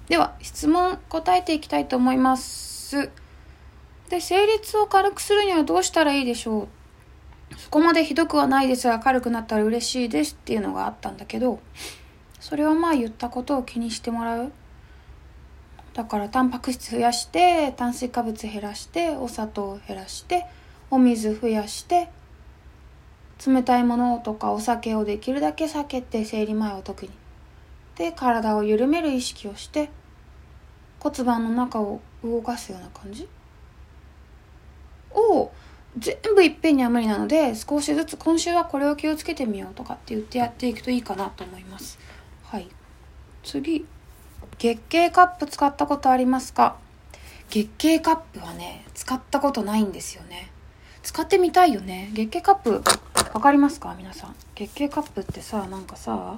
では質問答えていきたいと思います。で、生理痛を軽くするにはどうしたらいいでしょう。そこまでひどくはないですが軽くなったら嬉しいですっていうのがあったんだけど、それは言ったことを気にしてもらう。だからタンパク質増やして、炭水化物減らして、お砂糖減らして、お水増やして、冷たいものとかお酒をできるだけ避けて、生理前は特に。で、体を緩める意識をして骨盤の中を動かすような感じを全部いっぺんには無理なので、少しずつ今週はこれを気をつけてみようとかって言ってやっていくといいかなと思います。はい。次、月経カップ使ったことありますか？月経カップはね、使ったことないんですよね。使ってみたいよね。月経カップわかりますか皆さん。月経カップってさ、なんかさ、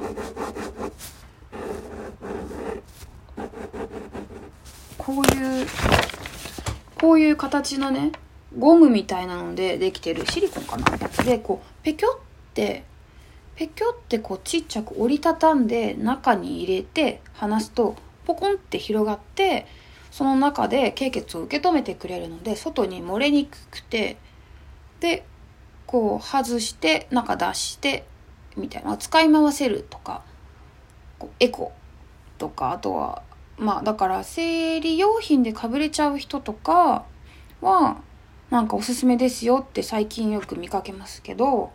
こういう形のね、ゴムみたいなのでできてるシリコンかなやつで、こうペキョってこうちっちゃく折りたたんで中に入れて離すとポコンって広がって、その中で経血を受け止めてくれるので外に漏れにくくて、でこう外して中出してみたいな、使い回せるとか、こうエコとか、あとはだから生理用品でかぶれちゃう人とかはなんかおすすめですよって最近よく見かけますけど、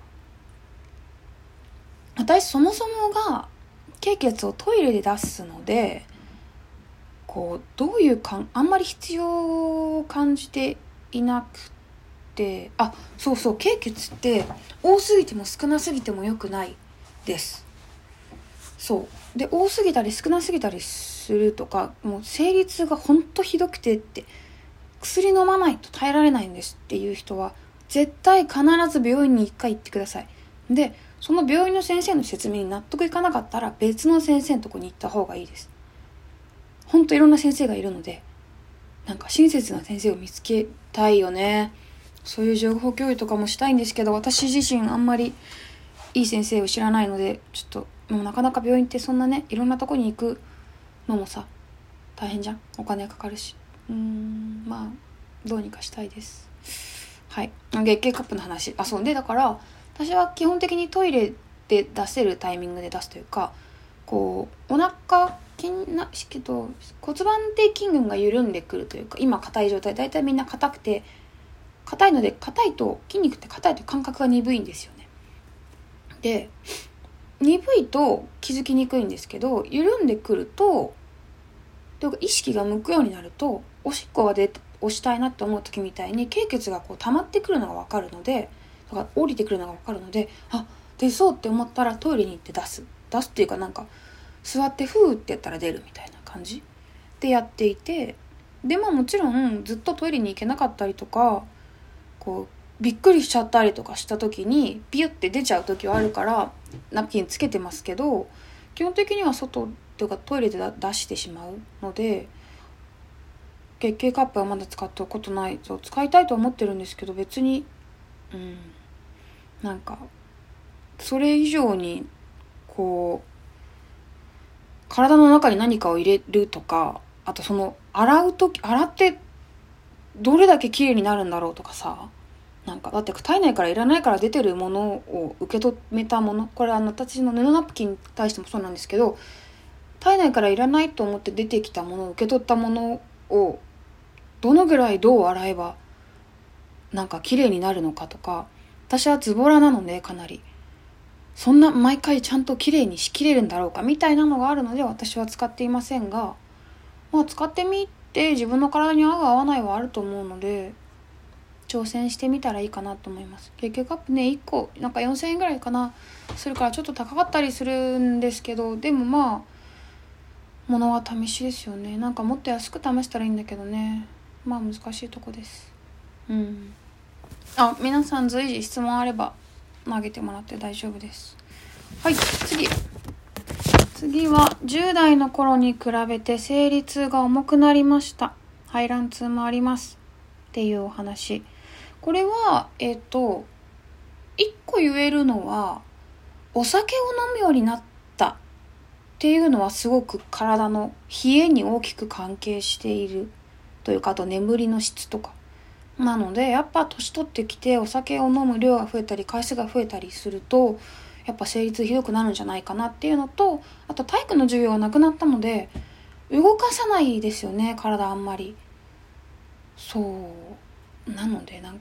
私そもそもが経血をトイレで出すので、こうどういうあんまり必要を感じていなくて、そう経血って多すぎても少なすぎても良くないです。そうで、多すぎたり少なすぎたりするとか、もう生理痛がほんとひどくてって薬飲まないと耐えられないんですっていう人は絶対必ず病院に1回行ってください。で、その病院の先生の説明に納得いかなかったら別の先生のとこに行った方がいいです。ほんといろんな先生がいるので、なんか親切な先生を見つけたいよね。そういう情報共有とかもしたいんですけど、私自身あんまりいい先生を知らないので、ちょっともうなかなか病院ってそんなね、いろんなとこに行くのもさ大変じゃん。お金かかるし、どうにかしたいです。はい。月経カップの話。そうで、だから私は基本的にトイレで出せるタイミングで出すというか、こうお腹骨盤底筋群が緩んでくるというか、今硬い状態、だいたいみんな硬いので、硬いと筋肉って硬いと感覚が鈍いんですよね。で、鈍いと気づきにくいんですけど、緩んでくると、意識が向くようになると、おしっこが押したいなって思う時みたいに経血がこう溜まってくるのが分かるので、だから降りてくるのが分かるので、出そうって思ったらトイレに行って出すっていうか、なんか座ってフーってやったら出るみたいな感じでやっていて、でもちろんずっとトイレに行けなかったりとか、こうびっくりしちゃったりとかした時にピュって出ちゃう時はあるからナプキンつけてますけど、基本的には外というかトイレで出してしまうので、月経カップはまだ使ったことない。使いたいと思ってるんですけど、別になんかそれ以上にこう体の中に何かを入れるとか、あとその洗ってどれだけ綺麗になるんだろうとかさ、なんかだって体内からいらないから出てるものを受け止めたもの、これ私の布ナプキンに対してもそうなんですけど、体内からいらないと思って出てきたものを受け取ったものをどのぐらいどう洗えばなんか綺麗になるのかとか、私はズボラなのでかなりそんな毎回ちゃんと綺麗にしきれるんだろうかみたいなのがあるので、私は使っていませんが、使ってみて自分の体に合う合わないはあると思うので、挑戦してみたらいいかなと思います。月経カップね、1個なんか4000円ぐらいかなするからちょっと高かったりするんですけど、でも物は試しですよね。なんかもっと安く試したらいいんだけどね、難しいとこです。皆さん随時質問あれば投げてもらって大丈夫です。はい、次は10代の頃に比べて生理痛が重くなりました。排卵痛もありますっていうお話。これは1個言えるのは、お酒を飲むようになったっっていうのはすごく体の冷えに大きく関係しているというか、あと眠りの質とか。なのでやっぱ年取ってきてお酒を飲む量が増えたり回数が増えたりすると、やっぱ生理痛ひどくなるんじゃないかなっていうのと、あと体育の授業がなくなったので動かさないですよね、体あんまり。そうなので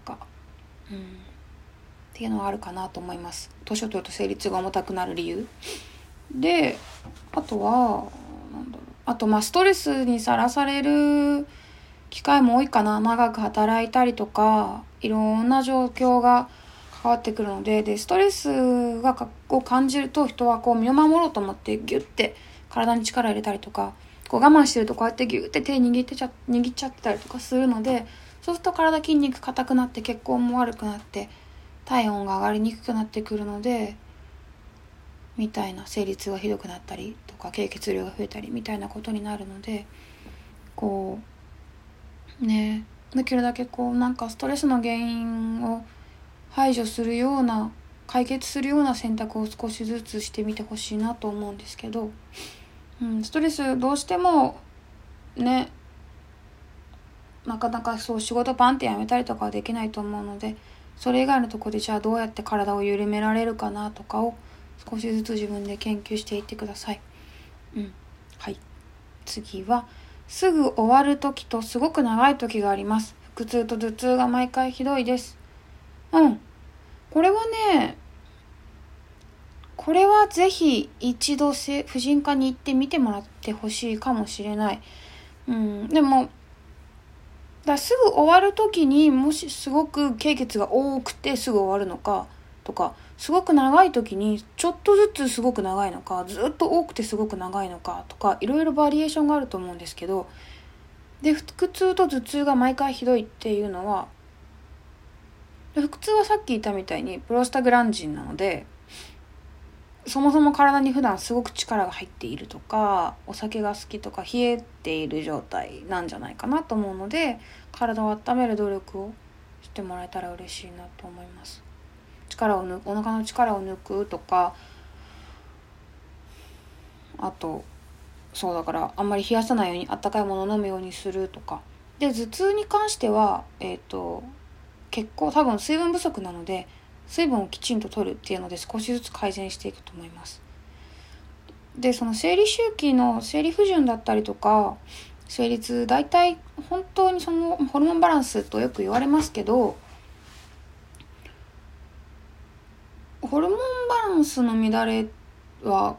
っていうのはあるかなと思います。年を取ると生理痛が重たくなる理由で、あとはあとストレスにさらされる機会も多いかな。長く働いたりとかいろんな状況が関わってくるので、ストレスを感じると人は身を守ろうと思ってギュッて体に力入れたりとか、我慢してるとこうやってギュッて手握っちゃってたりとかするので、そうすると体筋肉硬くなって血行も悪くなって体温が上がりにくくなってくるので、みたいな生理痛がひどくなったりとか経血量が増えたりみたいなことになるので、できるだけストレスの原因を排除するような解決するような選択を少しずつしてみてほしいなと思うんですけど、ストレスどうしてもね、なかなか仕事パンってやめたりとかはできないと思うので、それ以外のところでじゃあどうやって体を緩められるかなとかを少しずつ自分で研究していってください。はい。次はすぐ終わる時とすごく長い時があります。腹痛と頭痛が毎回ひどいです。これはね、これはぜひ一度婦人科に行ってみてもらってほしいかもしれない。でもすぐ終わる時にもしすごく経血が多くてすぐ終わるのかとか、すごく長い時にちょっとずつすごく長いのか、ずっと多くてすごく長いのかとか、いろいろバリエーションがあると思うんですけど、で腹痛と頭痛が毎回ひどいっていうのは、腹痛はさっき言ったみたいにプロスタグランジンなので、そもそも体に普段すごく力が入っているとか、お酒が好きとか冷えている状態なんじゃないかなと思うので、体を温める努力をしてもらえたら嬉しいなと思います。お腹の力を抜くとか、あとだからあんまり冷やさないように温かいものを飲むようにするとかで、頭痛に関しては結構多分水分不足なので水分をきちんと取るっていうので少しずつ改善していくと思います。でその生理周期の生理不順だったりとか生理痛、大体本当にそのホルモンバランスとよく言われますけど、ホルモンバランスの乱れは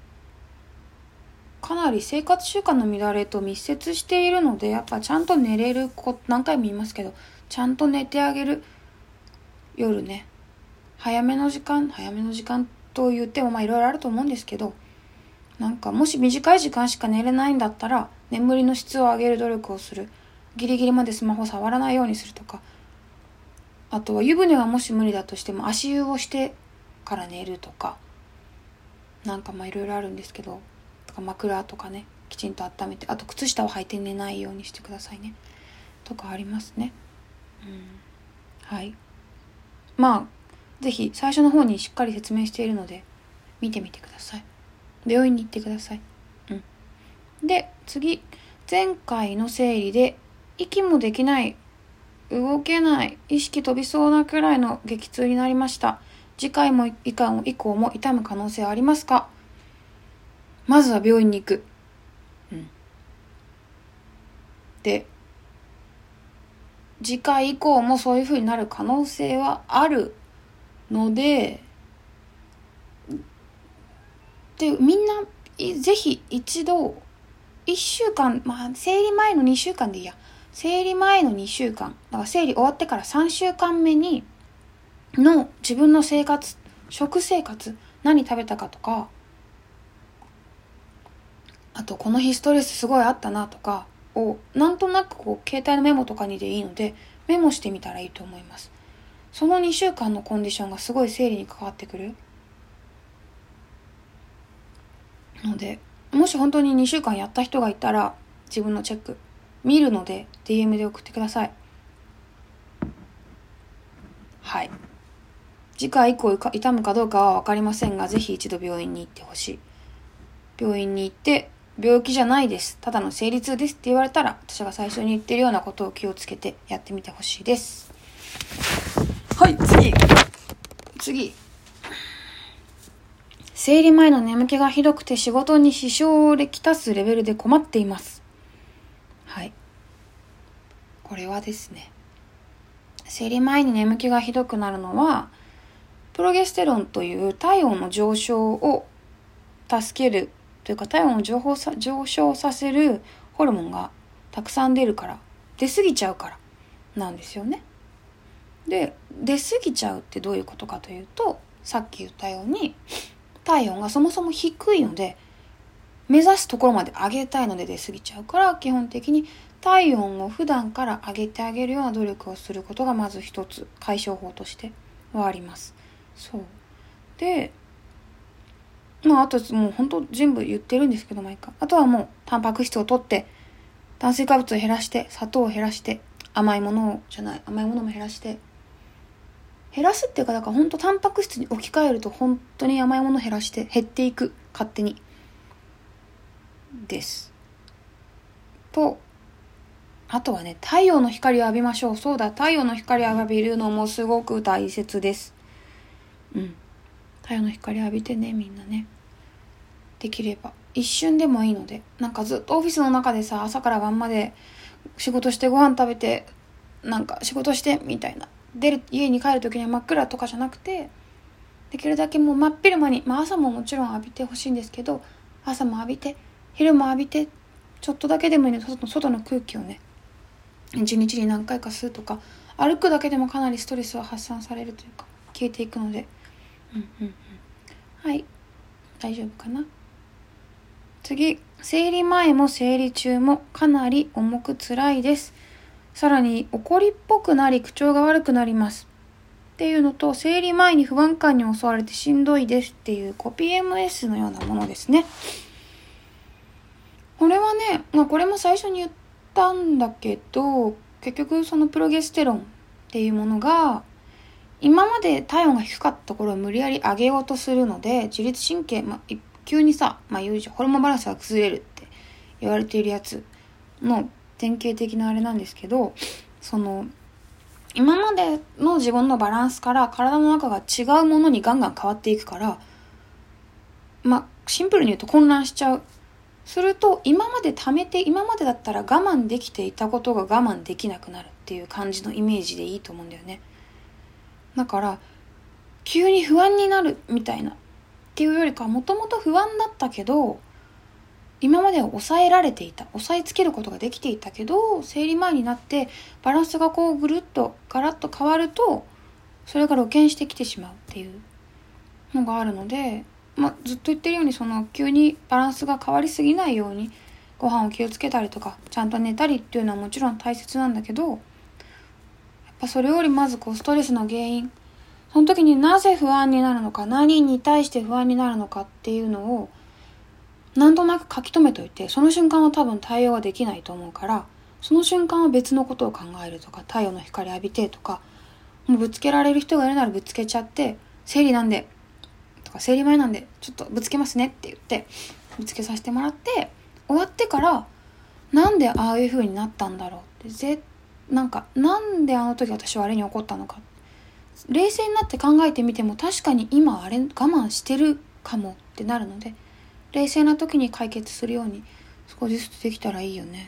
かなり生活習慣の乱れと密接しているので、やっぱちゃんと寝れる何回も言いますけど、ちゃんと寝てあげる。夜ね、早めの時間と言ってもいろいろあると思うんですけど、もし短い時間しか寝れないんだったら眠りの質を上げる努力をする。ギリギリまでスマホ触らないようにするとか、あとは湯船がもし無理だとしても足湯をしてから寝るとか、いろいろあるんですけど、枕とかね、きちんと温めて、あと靴下を履いて寝ないようにしてくださいねとかありますね。はい。ぜひ最初の方にしっかり説明しているので見てみてください。病院に行ってください。で次、前回の生理で息もできない、動けない、意識飛びそうなくらいの激痛になりました。次回も以降も痛む可能性はありますか？まずは病院に行く。で、次回以降もそういう風になる可能性はあるので、みんなぜひ一度1週間、生理前の2週間でいいや。生理前の2週間、だから生理終わってから3週間目の自分の食生活、何食べたかとか、あとこの日ストレスすごいあったなとかをなんとなく携帯のメモとかにでいいのでメモしてみたらいいと思います。その2週間のコンディションがすごい生理に関わってくるので、もし本当に2週間やった人がいたら自分のチェック見るので DM で送ってください。はい。次回以降痛むかどうかは分かりませんが、ぜひ一度病院に行ってほしい。 病院に行って病気じゃないです、ただの生理痛ですって言われたら、私が最初に言ってるようなことを気をつけてやってみてほしいです。はい、次。生理前の眠気がひどくて仕事に支障をきたすレベルで困っています。はい、これはですね、生理前に眠気がひどくなるのは、プロゲステロンという体温の上昇を助けるというか、体温を上昇させるホルモンがたくさん出過ぎちゃうからなんですよね。で、出過ぎちゃうってどういうことかというと、さっき言ったように体温がそもそも低いので、目指すところまで上げたいので出過ぎちゃうから、基本的に体温を普段から上げてあげるような努力をすることがまず一つ解消法としてはあります。そうで、あともう本当全部言ってるんですけど、毎回あとはもうタンパク質を取って、炭水化物を減らして、砂糖を減らして、甘いものも減らして、減らすっていうか、だから本当タンパク質に置き換えると本当に甘いものを減らして減っていく、勝手にですと、あとはね、太陽の光を浴びましょう。そうだ、太陽の光を浴びるのもすごく大切です。太陽の光を浴びてね、みんなね。できれば一瞬でもいいので、なんかずっとオフィスの中でさ、朝から晩まで仕事してご飯食べて、なんか仕事してみたいな、家に帰る時には真っ暗とかじゃなくて、できるだけもう真っ昼間に、朝ももちろん浴びてほしいんですけど、朝も浴びて昼も浴びて、ちょっとだけでもいいので外の空気をね、一日に何回か吸うとか、歩くだけでもかなりストレスは発散されるというか消えていくので、はい、大丈夫かな。次、生理前も生理中もかなり重く辛いです。さらに怒りっぽくなり口調が悪くなりますっていうのと、生理前に不安感に襲われてしんどいですっていうPMS のようなものですね。これはね、これも最初に言ったんだけど、結局そのプロゲステロンっていうものが今まで体温が低かったところを無理やり上げようとするので、自律神経、急にさ、言うじゃん、ホルモンバランスが崩れるって言われているやつの典型的なあれなんですけど、その今までの自分のバランスから体の中が違うものにガンガン変わっていくから、シンプルに言うと混乱しちゃう。すると今までだったら我慢できていたことが我慢できなくなるっていう感じのイメージでいいと思うんだよね。だから急に不安になるみたいなっていうよりかは、もともと不安だったけど今までは抑えつけることができていたけど、生理前になってバランスがこうガラッと変わると、それが露見してきてしまうっていうのがあるので、ずっと言ってるように、その急にバランスが変わりすぎないようにご飯を気をつけたりとか、ちゃんと寝たりっていうのはもちろん大切なんだけど、やっぱそれよりまずストレスの原因、その時になぜ不安になるのか、何に対して不安になるのかっていうのをなんとなく書き留めといて、その瞬間は多分対応はできないと思うから、その瞬間は別のことを考えるとか、太陽の光浴びてとか、もうぶつけられる人がいるならぶつけちゃって、生理なんでとか生理前なんでちょっとぶつけますねって言ってぶつけさせてもらって、終わってからなんでああいう風になったんだろうって、なんであの時私はあれに怒ったのか、冷静になって考えてみても確かに今あれ我慢してるかもってなるので、冷静な時に解決するように少しずつできたらいいよね。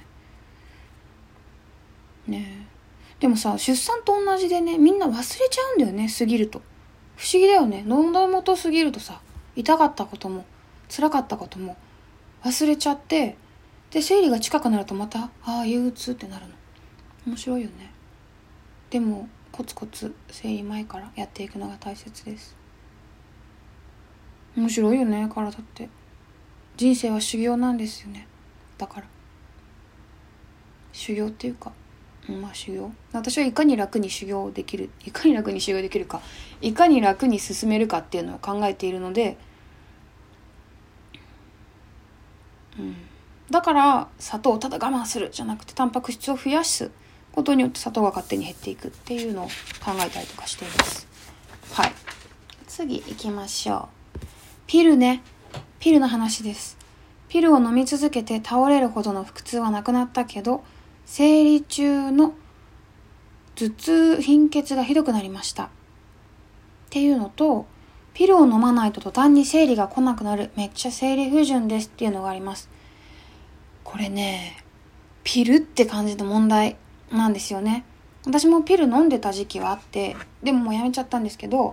でもさ、出産と同じでね、みんな忘れちゃうんだよね、過ぎると。不思議だよね。喉元過ぎるとさ、痛かったことも辛かったことも忘れちゃって、で生理が近くなるとまた憂鬱ってなるの。面白いよね。でもコツコツ生理前からやっていくのが大切です。面白いよね、体って。人生は修行なんですよね。だから修行っていうか、修行、私はいかに楽に修行できるか、いかに楽に進めるかっていうのを考えているので、だから砂糖をただ我慢するじゃなくて、タンパク質を増やすことによって砂糖が勝手に減っていくっていうのを考えたりとかしています。はい、次行きましょう。ピルの話です。 ピルを飲み続けて倒れるほどの腹痛はなくなったけど、生理中の頭痛貧血がひどくなりましたっていうのと、ピルを飲まないと途端に生理が来なくなる、めっちゃ生理不順ですっていうのがあります。これね、ピルって感じの問題なんですよね。私もピル飲んでた時期はあって、でももうやめちゃったんですけど、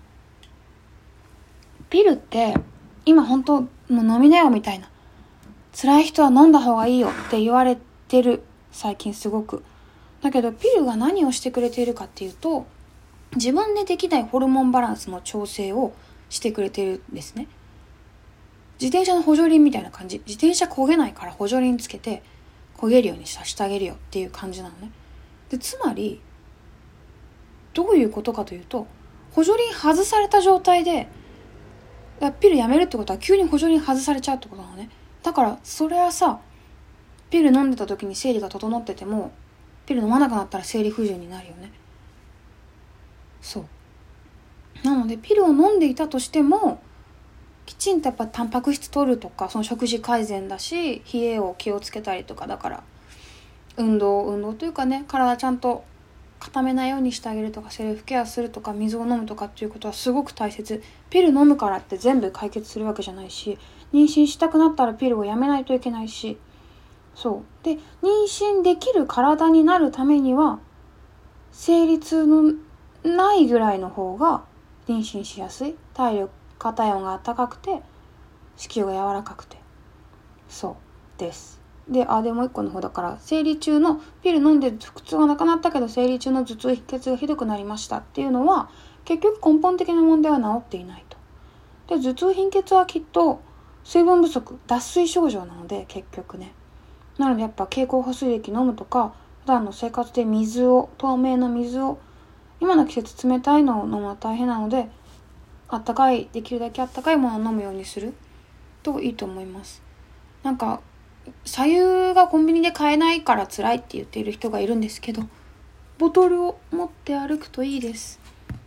ピルって今本当もう飲みなよみたいな、辛い人は飲んだ方がいいよって言われてる、最近すごく。だけどピルが何をしてくれているかっていうと、自分でできないホルモンバランスの調整をしてくれてるんですね。自転車の補助輪みたいな感じ。自転車焦げないから補助輪つけて焦げるようにさせてあげるよっていう感じなのね。で、つまりどういうことかというと、補助輪外された状態でピルやめるってことは急に補助輪外されちゃうってことなのね。だからそれはさ、ピル飲んでた時に生理が整っててもピル飲まなくなったら生理不順になるよね。そうなのでピルを飲んでいたとしても、きちんとやっぱタンパク質取るとか、その食事改善だし、冷えを気をつけたりとか、だから運動というかね、体ちゃんと固めないようにしてあげるとか、セルフケアするとか、水を飲むとかっていうことはすごく大切。ピル飲むからって全部解決するわけじゃないし、妊娠したくなったらピルをやめないといけないし、そうで、妊娠できる体になるためには生理痛のないぐらいの方が妊娠しやすい。体力、体温が高くて子宮が柔らかくて、そうですで、でもう一個の方だから、生理中のピル飲んで腹痛がなくなったけど生理中の頭痛貧血がひどくなりましたっていうのは、結局根本的な問題は治っていないと。で、頭痛貧血はきっと水分不足、脱水症状なので、結局ね。なのでやっぱ経口補水液飲むとか、普段の生活で透明な水を、今の季節冷たいのを飲むのは大変なので、できるだけあったかいものを飲むようにするといいと思います。なんか白湯がコンビニで買えないから辛いって言っている人がいるんですけど、ボトルを持って歩くといいです。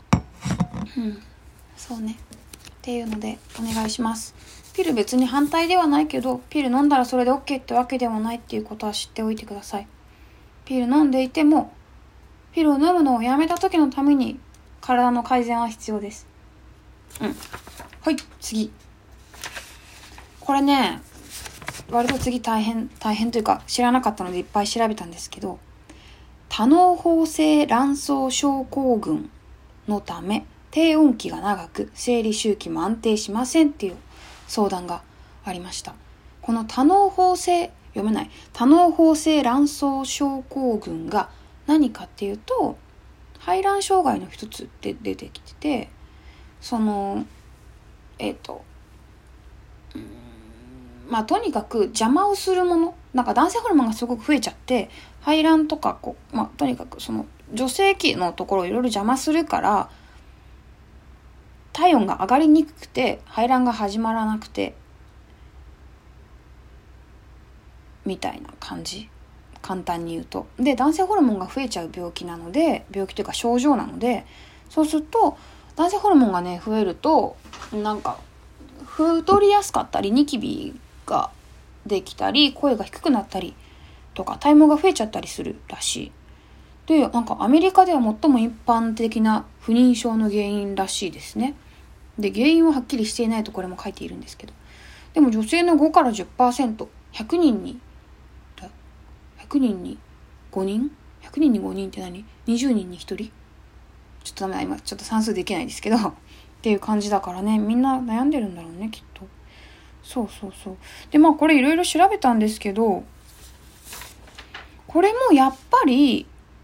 そうねっていうのでお願いします。ピル別に反対ではないけど、ピル飲んだらそれで OK ってわけではないっていうことは知っておいてください。ピル飲んでいても、ピルを飲むのをやめた時のために体の改善は必要です。はい、次。これね、割と次大変というか知らなかったのでいっぱい調べたんですけど、多嚢胞性卵巣症候群のため低温期が長く生理周期も安定しませんっていう相談がありました。この多嚢胞性卵巣症候群が何かっていうと、排卵障害の一つって出てきてて、とにかく邪魔をするもの、なんか男性ホルモンがすごく増えちゃって、排卵とかとにかくその女性器のところをいろいろ邪魔するから、体温が上がりにくくて排卵が始まらなくてみたいな感じ、簡単に言うと。で、男性ホルモンが増えちゃう病気というか症状なので、そうすると男性ホルモンがね増えると、なんか太りやすかったり、ニキビができたり、声が低くなったりとか、体毛が増えちゃったりするらしい。で、なんかアメリカでは最も一般的な不妊症の原因らしいですね。で、原因ははっきりしていないとこれも書いているんですけど、でも女性の5から 10%、100人に5人 ?100 人に5人って何 ?20 人に1人、ちょっとダメだ、今ちょっと算数できないですけどっていう感じだからね、みんな悩んでるんだろうね、きっと。そうで、これいろいろ調べたんですけど、これもやっぱり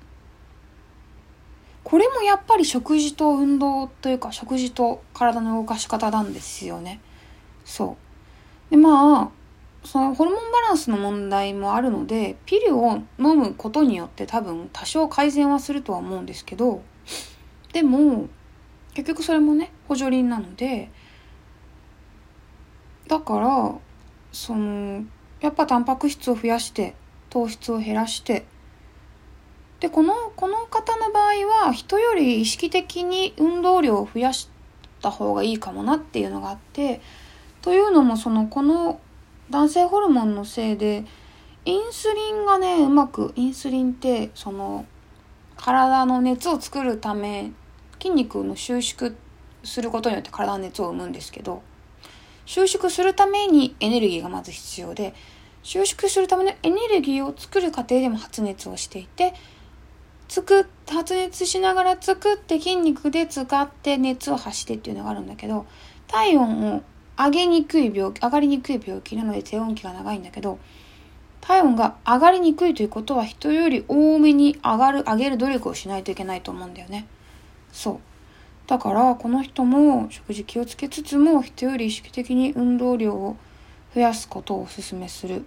食事と運動というか、食事と体の動かし方なんですよね。で、そのホルモンバランスの問題もあるので、ピルを飲むことによって多分多少改善はするとは思うんですけど、でも結局それもね補助輪なので、だからやっぱタンパク質を増やして糖質を減らして、でこの方の場合は人より意識的に運動量を増やした方がいいかもなっていうのがあって、というのもこの男性ホルモンのせいでインスリンがね、インスリンってその体の熱を作るため、筋肉の収縮することによって体の熱を生むんですけど、収縮するためにエネルギーがまず必要で、収縮するためのエネルギーを作る過程でも発熱をしていて、発熱しながら作って筋肉で使って熱を発してっていうのがあるんだけど、体温を上がりにくい病気なので低温期が長いんだけど、体温が上がりにくいということは人より多めに上げる努力をしないといけないと思うんだよね。そう。だからこの人も食事気をつけつつも人より意識的に運動量を増やすことをお勧めする。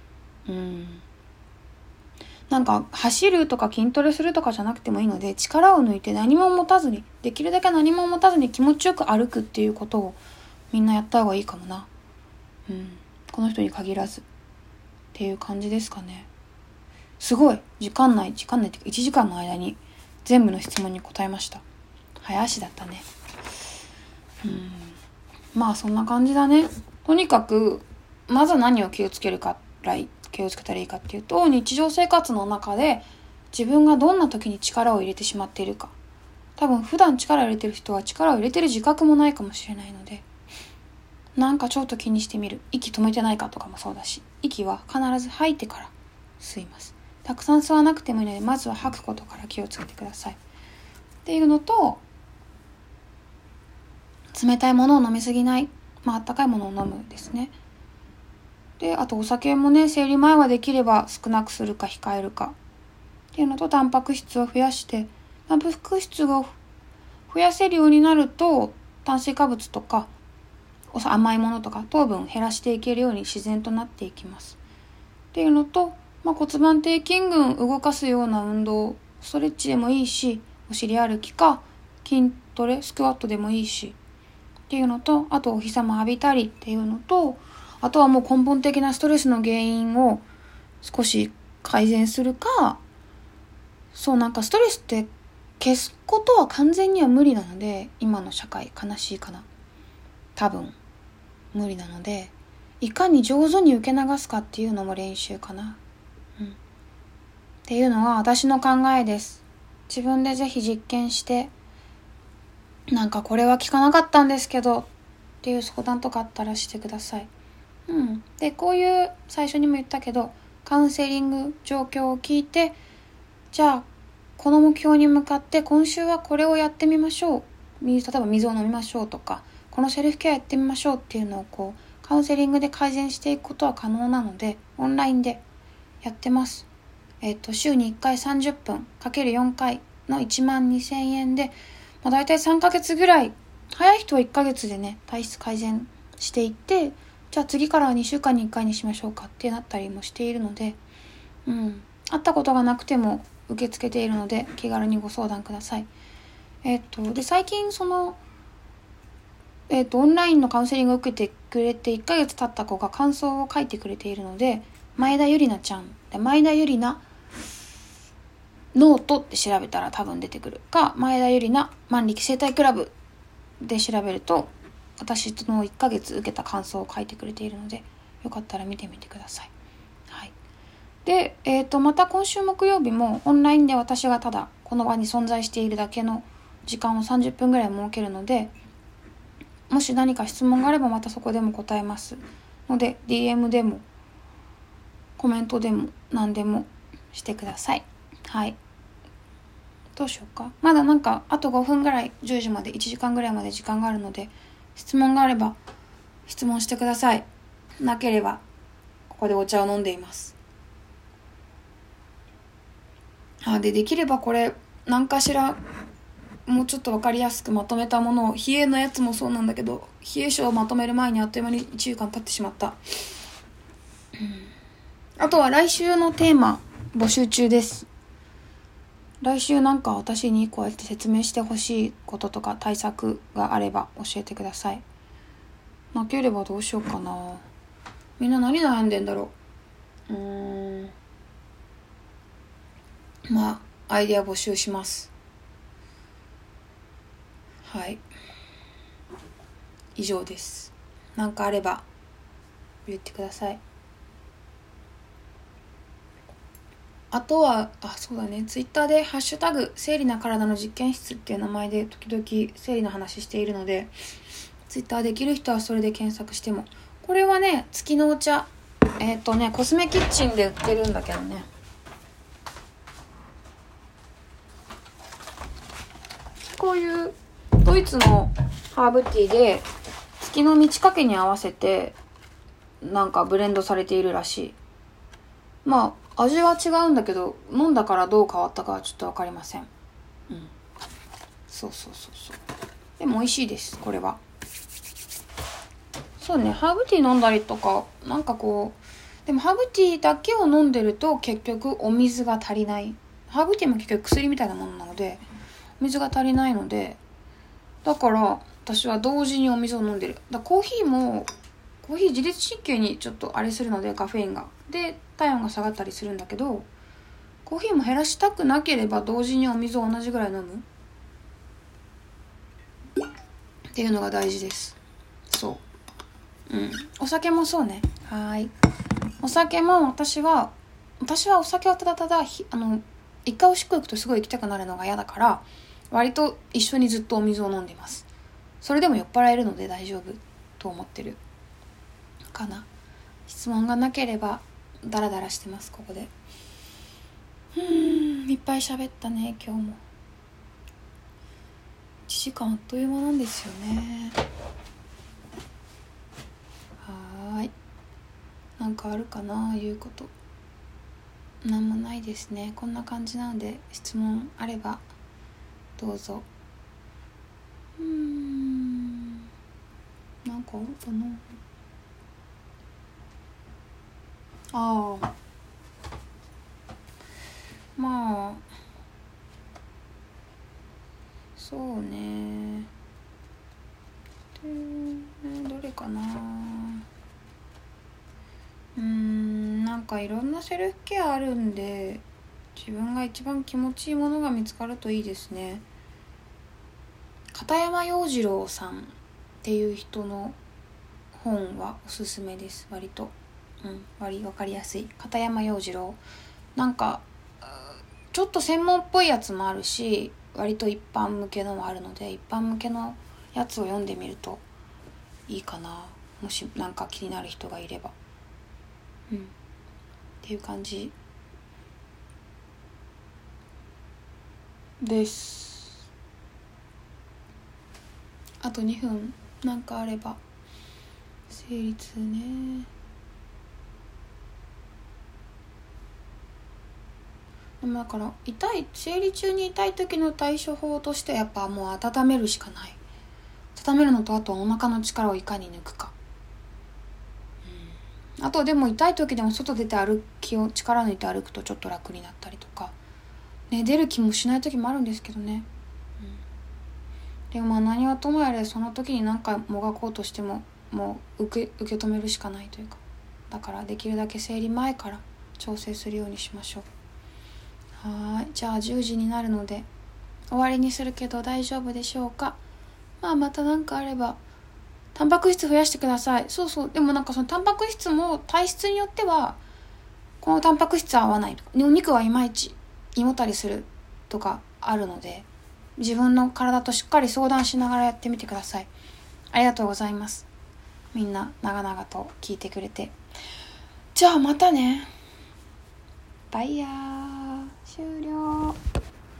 なんか走るとか筋トレするとかじゃなくてもいいので、力を抜いてできるだけ何も持たずに気持ちよく歩くっていうことをみんなやった方がいいかもな。この人に限らずっていう感じですかね。すごい時間内っていうか1時間の間に全部の質問に答えました。早足だったね。まあそんな感じだね。とにかくまず何を気をつけたらいいかっていうと、日常生活の中で自分がどんな時に力を入れてしまっているか。多分普段力を入れてる人は力を入れてる自覚もないかもしれないので、なんかちょっと気にしてみる。息止めてないかとかもそうだし、息は必ず吐いてから吸います。たくさん吸わなくてもいいので、まずは吐くことから気をつけてくださいっていうのと、冷たいものを飲みすぎない。温かいものを飲むですね。で、あとお酒もね、生理前はできれば少なくするか控えるかっていうのと、タンパク質を増やして、タンパク質を増やせるようになると、炭水化物とか甘いものとか糖分を減らしていけるように自然となっていきますっていうのと、骨盤底筋群動かすような運動、ストレッチでもいいし、お尻歩きか筋トレスクワットでもいいしっていうのと、あとお日様浴びたりっていうのと、あとはもう根本的なストレスの原因を少し改善するか、ストレスって消すことは完全には無理なので、今の社会悲しいかな、多分無理なので、いかに上手に受け流すかっていうのも練習かな、っていうのは私の考えです。自分でぜひ実験して、これは効かなかったんですけどっていう相談とかあったらしてください。で、こういう最初にも言ったけど、カウンセリング状況を聞いて、じゃあこの目標に向かって今週はこれをやってみましょう、例えば水を飲みましょうとか、このセルフケアやってみましょうっていうのをカウンセリングで改善していくことは可能なので、オンラインでやってます。週に1回30分 ×4 回の12,000円で、だいたい3ヶ月ぐらい、早い人は1ヶ月でね、体質改善していって、じゃあ次からは2週間に1回にしましょうかってなったりもしているので、会ったことがなくても受け付けているので、気軽にご相談ください。で、最近オンラインのカウンセリングを受けてくれて1ヶ月経った子が感想を書いてくれているので、前田ゆりなちゃんで、前田ゆりなノートって調べたら多分出てくるか、前田ゆりな万力生態クラブで調べると、私の1ヶ月受けた感想を書いてくれているので、よかったら見てみてください。で、また今週木曜日もオンラインで私がただこの場に存在しているだけの時間を30分ぐらい設けるので、もし何か質問があればまたそこでも答えますので、 DM でもコメントでも何でもしてください。どうしようか。まだあと5分ぐらい、10時まで1時間ぐらいまで時間があるので、質問があれば質問してください。なければここでお茶を飲んでいます。できればこれ何かしらもうちょっと分かりやすくまとめたものを、冷えのやつもそうなんだけど、冷え性をまとめる前にあっという間に1週間経ってしまった。あとは来週のテーマ募集中です。来週私にこうやって説明してほしいこととか対策があれば教えてください。なければどうしようかな。みんな何悩んでんだろう。アイデア募集します。以上です。あれば言ってください。あとはそうだね、ツイッターでハッシュタグ生理な体の実験室っていう名前で時々生理の話しているので、ツイッターできる人はそれで検索しても。これはね、月のお茶コスメキッチンで売ってるんだけどね、こういうドイツのハーブティーで月の満ち欠けに合わせてなんかブレンドされているらしい。まあ味は違うんだけど、飲んだからどう変わったかはちょっと分かりません。そうでも美味しいです、これは。そうね、ハーブティー飲んだりとか、なんかこう、でもハーブティーだけを飲んでると結局お水が足りない。ハーブティーも結局薬みたいなものなのでお水が足りないので、だから私は同時にお水を飲んでる。コーヒー自律神経にちょっとあれするので、カフェインがで体温が下がったりするんだけど、コーヒーも減らしたくなければ同時にお水を同じぐらい飲むっていうのが大事です。お酒もそうね。お酒も私はお酒はただ一回おしっこ行くとすごい行きたくなるのが嫌だから、割と一緒にずっとお水を飲んでます。それでも酔っ払えるので大丈夫と思ってるかな。質問がなければダラダラしてます。ここでいっぱい喋ったね今日も。1時間あっという間なんですよね。なんかあるかな、言うこと。なんもないですね。こんな感じなので、質問あればどうぞ。なんかあるかな。まあそうね、どれかな。なんかいろんなセルフケアあるんで、自分が一番気持ちいいものが見つかるといいですね。片山洋次郎さんっていう人の本はおすすめです。割と分かりやすい。片山洋次郎、なんかちょっと専門っぽいやつもあるし、割と一般向けのもあるので、一般向けのやつを読んでみるといいかな、もしなんか気になる人がいれば。っていう感じです。あと2分なんかあれば。生理痛ね。だから生理中に痛い時の対処法としてはやっぱもう温めるしかない。温めるのと、あとお腹の力をいかに抜くか。あとでも痛い時でも外出て力抜いて歩くとちょっと楽になったりとかね、出る気もしない時もあるんですけどね。でも何はともあれ、その時に何かもがこうとしてももう受け止めるしかないというか、だからできるだけ生理前から調整するようにしましょう。じゃあ10時になるので終わりにするけど大丈夫でしょうか。また何かあればタンパク質増やしてください。でもなんかそのタンパク質も体質によってはこのタンパク質は合わないとか、お肉はいまいち胃もたりするとかあるので、自分の体としっかり相談しながらやってみてください。ありがとうございます。みんな長々と聞いてくれて。じゃあまたね。バイヤー。